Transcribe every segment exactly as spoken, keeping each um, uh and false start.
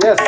イエス。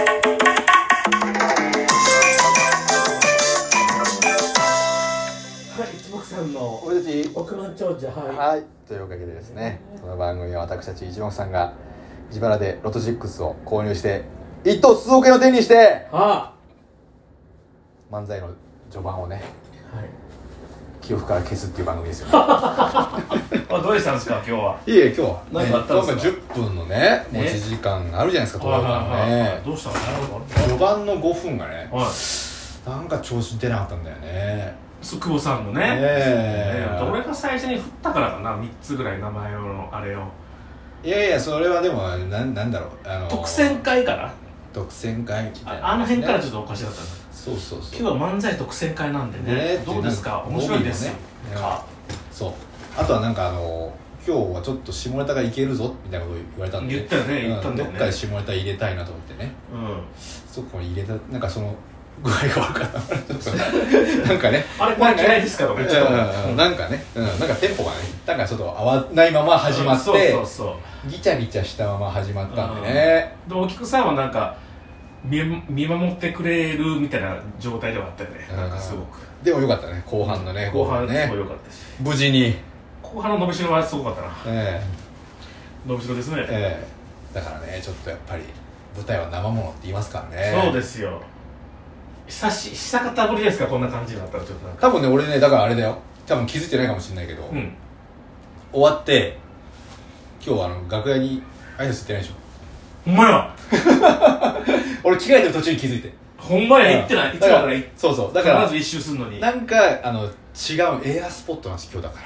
はい、一目さんの俺たち億万長者、はい、 はい、というわけでですね、この番組は私たち一目さんが自腹でロトシックスを購入して一等数億円を手にしては漫才の序盤をね、 あ、はい、 記憶から消すっていう番組ですよね。 あ、どうしたんですか今日は。 いえ、今日は何かあったんですか。 今回じゅっぷんのね持ち時間があるじゃないですか、トラウマのね。 どうしたの。 序盤のごふんがね、 はい、 なんか調子出なかったんだよね。 久保さんのね、 ねえ、 俺が最初に振ったからかな、みっつぐらい名前のあれを。 いやいや、それはでもな、なんだろう、あの特選会かな、 独占会みたいな、ね、 あ, あの辺からちょっとおかしかったんだ。 そうそうそう。 今日は漫才特選会なんで ね, ねどうですか、面白いですねか。 そう、あとはなんかあの今日はちょっと下ネタがいけるぞみたいなこと言われたんで、 言ったよね、言ったんだよね、 どっかで下ネタ入れたいなと思ってね、 うん、 そこに入れた、なんかその具合が悪かったなんかね、 あれこれ嫌いですかとか言っちゃった、 うん、なんかね、うん、なんかテンポがね、なんかちょっと合わないまま始まって、うん、そうそうそう、ギチャギチャしたまま始まったんでね、 うん、でお菊さんはなんか見, 見守ってくれるみたいな状態ではあったよね、なんかすごく。 でもよかったね、後半のね、 後半ね、 すごいよかったし、 無事に後半の伸びしろはすごかったな、 ええ、伸びしろですね、 ええ、だからね、ちょっとやっぱり舞台は生ものって言いますからね。 そうですよ、久し久方ぶりですか、こんな感じになったら。ちょっとなんか多分ね、俺ね、だからあれだよ、多分気づいてないかもしれないけど、うん、終わって今日はあの楽屋に挨拶行ってないでしょ。 ほんまや俺着替えてる途中に気づいて、 ほんまや、行ってない、いつもからそうそう、だから必ず一周するのに、 なんかあの違うエアスポットなんです今日だから。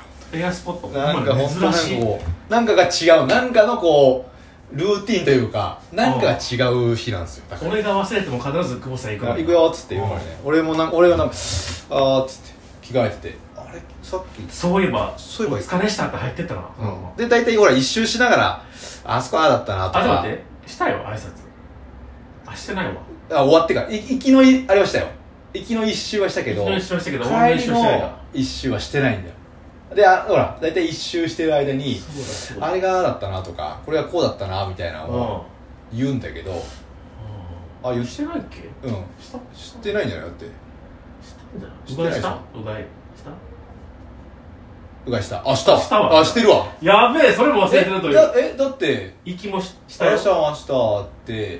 エアスポットなんか本当なんかこう、なんかが違う、なんかのこうルーティンというか、なんかが違う日なんですよ。だから俺が忘れても必ず久保さん行くの。 行くよっつって言うからね、俺もなん俺がなんかあーっつって着替えてて、あれさっきそういえばそういえばお疲れしたって入ってったな、 うん、で大体ほら一周しながらあそこああだったなとか。 あ、ちょっと待って、したよ挨拶。あ、してないわ。 あ、終わってからい行きのいありましたよ、行きの一周はしたけど、 行きの一周はしたけど帰りの一周はしてないんだよ。で、あ、ほら大体一周してる間にあれがああだったなとか、これがこうだったなみたいなのを言うんだけど、 あ、言ってないっけ。 うん、したしてないんじゃないだって。 したんじゃない。うがいした、うがいしたうがいした、あ、したしたわ。 あ、してるわ。 やべえ、それも忘れてるという。 だえだって息もしたよ。 あしたましたって、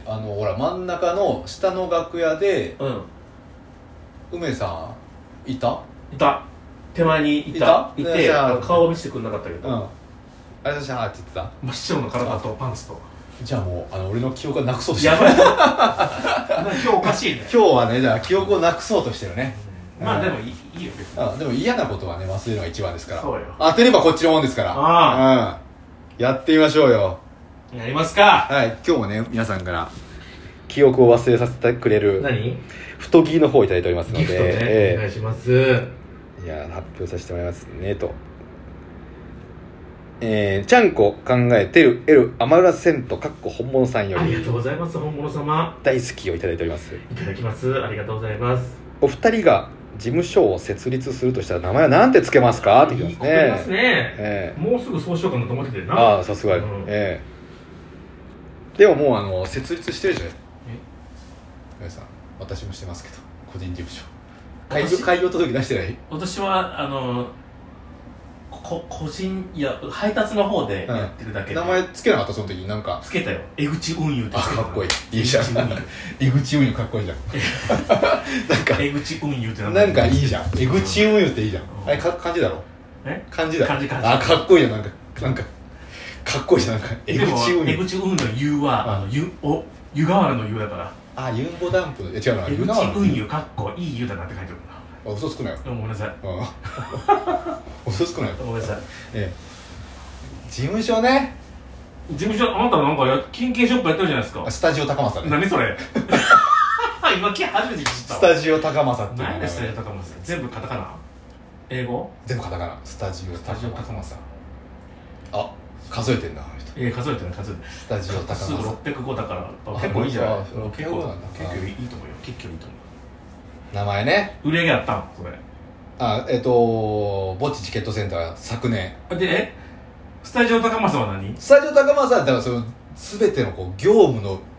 あのほら真ん中の下の楽屋で、うん、梅さんいたいた、手前にいたいて、顔を見せてくれなかったけど、うん、あれだしゃーって言ってた。 真っ白の体とパンツと。じゃあもうあの俺の記憶をなくそうとしてる。やばい今日おかしいね。 今日はね、じゃあ記憶をなくそうとしてるね、 うん、まあでもいい、いいよ別に。 あ、でも嫌なことはね忘れるのが一番ですから。 そうよ、 当てればこっちのもんですから。ああ、うん、やってみましょうよ。 やりますか。 はい、今日もね皆さんから記憶を忘れさせてくれる何太着の方をいただいておりますので、 ギフトね、えー、お願いします。 いや発表させてもらいますねと、えー、ちゃんこ考えてる L アマラセントかっこ本物さんより、 ありがとうございます。本物様大好きをいただいております。 いただきます、ありがとうございます。 お二人が事務所を設立するとしたら名前は何てつけますかって聞きますね。 いいますね、えー、もうすぐそうしようかなと思っててな。 ああ、さすが、うん、えー、でももうあの設立してるじゃん。え、皆さん私もしてますけど、個人事務所開業開業届出してない。私はあのこ個人、いや配達の方でやってるだけで、 うん、名前つけなかった。その時になんかつけたよ、江口運輸って。あ、 かっこいい、いいじゃん江口運輸かっこいいじゃんなんか江口運輸ってなんかいいじゃん、江口運輸っていいじゃん、うん、あれか漢字だろ。 え、 漢字だろ。 漢字漢字。 あ、かっこいいじゃん、なんかなんかかっこいいじゃん、なんか江口運輸。江口運輸の湯は、うん、あの湯お湯河原の湯だから。 あ、ユンボダンプ、え、違うな、 江口運輸かっこいい湯だなって書いてあるな。 あ、嘘つくなよ。 ごめんなさい。 嘘つくなよ。 ごめんなさい。 ええ、事務所ね。 事務所、あなたなんかや金券ショップやってるじゃないですか。 スタジオ高政ね。 何それ今初めて知った。 スタジオ高政っていう。 何でスタジオ高政、全部カタカナ、英語全部カタカナ。スタジオ高政。あ、数えてんだ。 えー、数えてない、数えてない。 スタジオ高政すぐろっぴゃくごだから結構いいじゃない。結構いいと思うよ。結構いいと思う。 名前ね。 売り上げあったんそれ。 あ、えっ、ー、とぼっちチケットセンター昨年で、えスタジオ高政は何？ スタジオ高政はだからその全てのこう業務の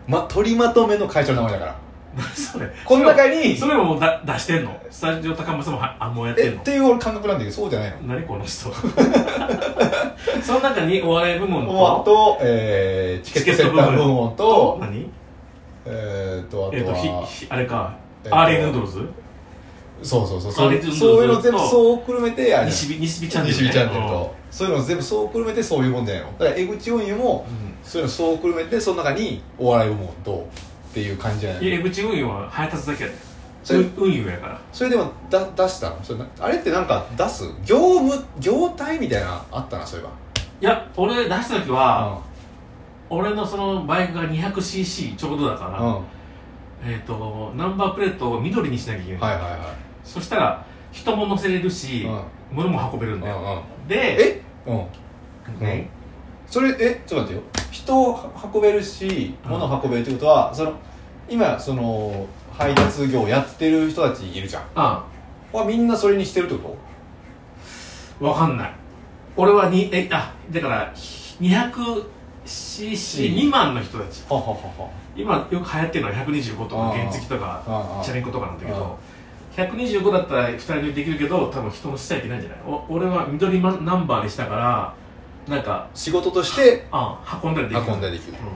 ま、取りまとめの会社の名前だからそれこの中にそれももうだ出してんの？スタジオ高松もはあもうやってんの？ えっていう俺感覚なんだけどそうじゃないの？ 何この人その中にお笑い部門とと、 えー、チケットセンター部門と何えーとあとは、 えーとひひあれか、 えーとアーレイヌードルズそうそうそうそうアーレイヌードルズそういうの全部そうくるめてあれ西日西日チャンネル、ね、 西日チャンネルとそういうの全部そうくるめてそういうもんじゃないのだから江口運輸も、 うん、 そういうのそうくるめてその中にお笑い部門とっていう感じじゃないの？ いや江口運輸は配達だけやで、 それ運輸やからそれでもだ出したのそれなあれってなんか出す業務業態みたいなのあったなそういえばいや俺出した時は、うん、俺のそのバイクが にひゃくシーシー ちょうどだから、うんえー、とナンバープレートを緑にしなきゃいけない、 はいはいはい、 そしたら人も乗せれるし、うん、物も運べるんだよ、うんうん、でえうん、ね、うん、それえちょっと待ってよ人を運べるし物を運べるってことは、うん、その今その配達業やってる人たちいるじゃんああみんなそれにしてるってことわかんない俺はにえあだから にひゃくシーシー 未満の人たちはははは今よく流行ってるのはひゃくにじゅうごとか原付とかチャレンコとかなんだけどひゃくにじゅうごだったらふたり乗りできるけど多分人の下いけないんじゃないお俺は緑ナンバーにしたからなんか仕事としてあ運んだりできる運んだりできる、うん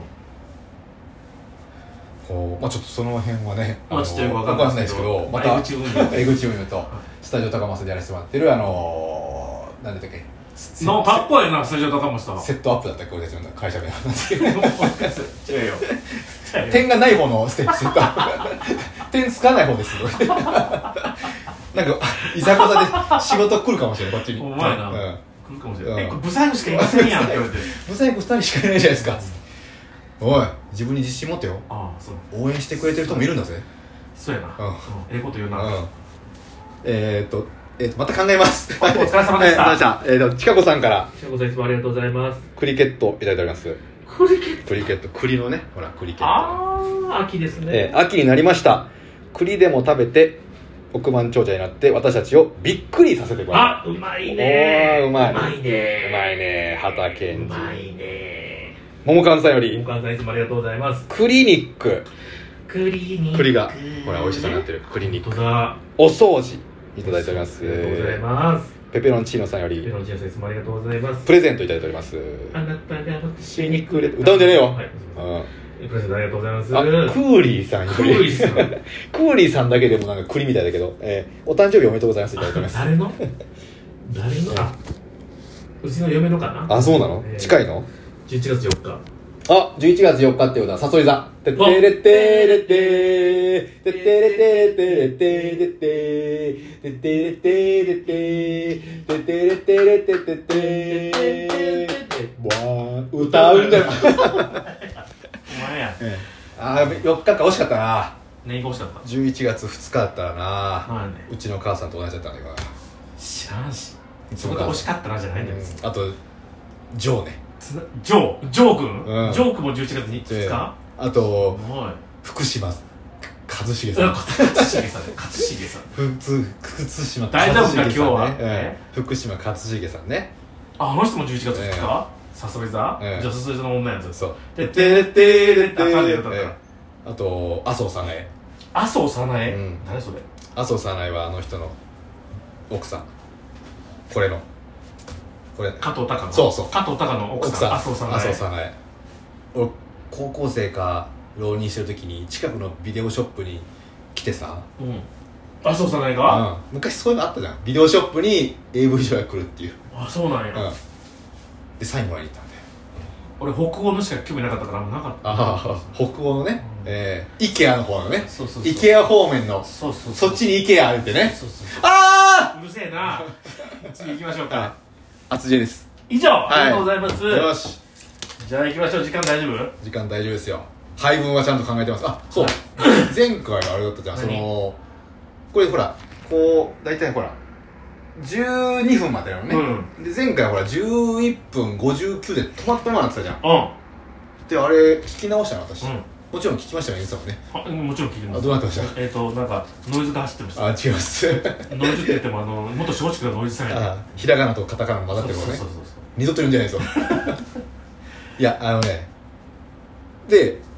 こうまあ、ちょっとその辺はねまあ、ちょっとよく分かんないですけどまた江口運輸とスタジオ高松でやらせてもらってるあのー、何だったっけのかっこいいなスタジオ高松さんセットアップだったっけ俺たちの会社名なんですけど違うよ点がない方のステップセットアップ点つかない方ですなんかいざこざで仕事来るかもしれないこっちにお前な、うん、来るかもしれない、うん、えブサイクしかいませんやんって言われてブサイクふたりしかいないじゃないですか、うん、おい自分に自信持ってよああそう応援してくれてる人もいるんだぜそうやな、うんうん、ええこと言うな、うん、 えー、っとえー、っとまた考えますお疲れ様でした、 はい、えー、っとちかこさんからちかこさんいつもありがとうございますクリケットいただいておりますクリケットクリケット栗のねほらクリケットああ秋ですね、 えー、秋になりました栗でも食べて億万長者になって私たちをびっくりさせてくださいあうまいねおーうまいうまいねうまいね畑健二うまいね桃関さんより桃関さんいつもありがとうございますクリニッククリニック栗がほら美味しそうになってるクリニックだお掃除いただいておりますありがとうございますペペロンチーノさんよりペペロンチーノさんいつもありがとうございますプレゼントいただいておりますあなたが私にくれ歌うんじゃねえよ、はい、 うん、プレゼントありがとうございますあクーリーさんクーリーさんクーリーさんだけでもなんか栗みたいだけど、えー、お誕生日おめでとうございますいただいております誰の誰のあうちの嫁のかなあそうなの、えー、近いのじゅういちがつよっかあじゅういちがつよっかっていうことはさそり座てってれってれっててってれてれてれてれててってれてれててってれてれてててわー歌うんだよお前やあーよっかか惜しかったな何が惜しかったじゅういちがつふつかだったらなうちの母さんと同じだったんだけど知らんしそこで惜しかったなじゃないんだよあとジョーねジョージョー君、うん、ジョー君もじゅういちがつにふつかあと福島一茂さん一茂さん一茂さんふつ福島大丈夫か今日は、 えー、福島一茂さんねああの人もじゅういちがつふつかさそり座じゃあさそり座の女やつそうでてれてれてれあと麻生早苗麻生早苗、うん、誰それ麻生早苗はあの人の奥さんこれのこれ加藤隆のそうそう加藤隆の奥さん麻生早苗麻生早苗俺高校生か浪人してる時に近くのビデオショップに来てさ、 うん、麻生早苗が、 うん、昔そういうのあったじゃんビデオショップに エーブイ 女優が来るっていうあそうなんや、うん、 でサインもらいに行ったんだよ俺北欧のしか興味なかったからあんまなかったあ北欧のね、うんえー、イケアの方のねそうそうそうイケア方面のそうそうそうそっちにイケアあるってねそうそうそうあーうるせえな次行きましょうかあつじです以上、はい、ありがとうございますよしじゃあ行きましょう時間大丈夫時間大丈夫ですよ配分はちゃんと考えてますあそう前回あれだったじゃんそのこれほらこう大体ほらじゅうにふんまでなのね、うん、で前回ほらじゅういっぷんごじゅうきゅうで止まったままなってたじゃんうんであれ聞き直したの私、うん、もちろん聞きましたよねインスタもねあもちろん聞きましたあどうなってましたえっ、ー、となんかノイズが走ってましたあ違いますノイズって言ってもあの元松竹のノイズさんやねひらがなとカタカナの混ざってるのねそうそうそうそう二度と言うんじゃないぞいやあのねで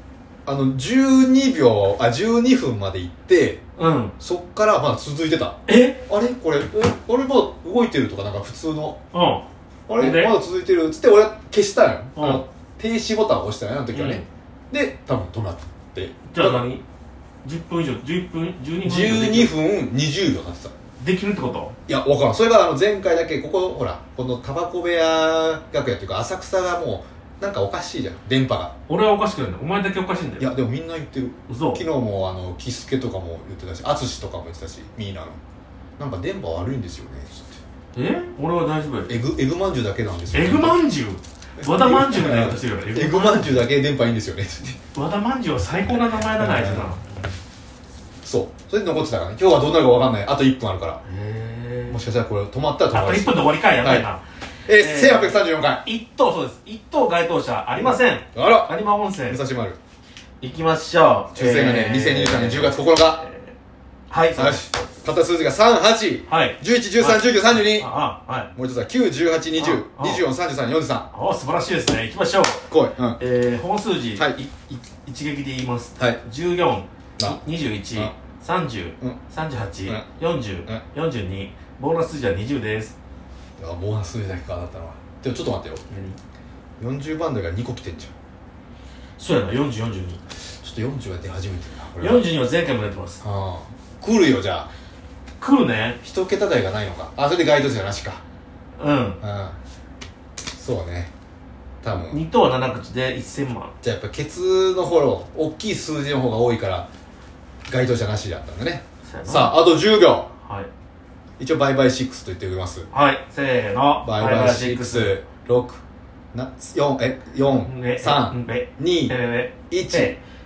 あのじゅうにびょうあじゅうにふんまで行って、 うん、 そっからまだ続いてた。 えあれこれえあれまだ動いてるとかなんか普通の、 うん、 あれまだ続いてるっつって俺は消したんよ、 うん、 あの停止ボタンを押したんよあの時はね、うん、で多分止まってじゃあ何じゅっぷん以上じゅっぷんじゅうにふんじゅうにふんにじゅうびょう経ってた。 できるってこと？ いや分からん。それがあの前回だけここほらこのタバコ部屋楽屋っていうか浅草がもうなんかおかしいじゃん電波が。 俺はおかしくないんだよ、お前だけおかしいんだよ。 いやでもみんな言ってる。 嘘。 昨日もあのキスケとかも言ってたし淳とかも言ってたしミーナのなんか電波悪いんですよねつって。 え俺は大丈夫や。 エグエグまんじゅうだけなんですよ。 エグまんじゅう和田まんじゅうみたいなことしてるよね。 エグまんじゅうだけ電波いいんですよねつって和田まんじゅうは最高な名前だなあいつな。 そうそれで残ってたからね。今日はどうなるか分かんない。あといっぷんあるから。 へえ。 もしかしたらこれ止まったら止まる。 あといっぷんで終わりかい。やばいな、 はい、えー、せんはっぴゃくさんじゅうよんかい。 一等、そうです。一等該当者ありません。 あら有馬温泉武蔵丸行きましょう。 抽選がね、えー、にせんにじゅうさんねんじゅうがつここのか、 えー、はい。 よし買った数字がさん、はち、 はい、 じゅういち、じゅうさん、じゅうきゅう、さんじゅうに。 ああ、はい、 もう一つはきゅう、じゅうはち、にじゅう、にじゅうよん、さんじゅうさん、よんじゅうさん。 お素晴らしいですね。行きましょう。 来い、うん、 えー、本数字、 はい、 いい一撃で言います。 はい、 じゅうよん、にじゅういち、さんじゅう、 うん、 さんじゅうはち、 うん、 よんじゅう、うん、よんじゅうに。ボーナス数字はにじゅうです。 あボーナス数字だけかだったのは。でもちょっと待ってよ、よんじゅうばん台がにこ来てんじゃん。 そうやな、よんじゅう、よんじゅうに。 ちょっとよんじゅうが出始めてるなこれ。 よんじゅうには前回も出てます。 ああ来るよ。じゃあ来るね。 一桁台がないのか。あそれで該当者なしか。 うん、 うん、そうね多分に等はなな口でせんまん。 じゃあやっぱケツの方大きい数字の方が多いから該当者なしだったんだね。さああとじゅうびょう。はい、一応バイバイシックスと言っておきます。 はい、せーの。 バイバイシックスろくなよんえよんさんにいち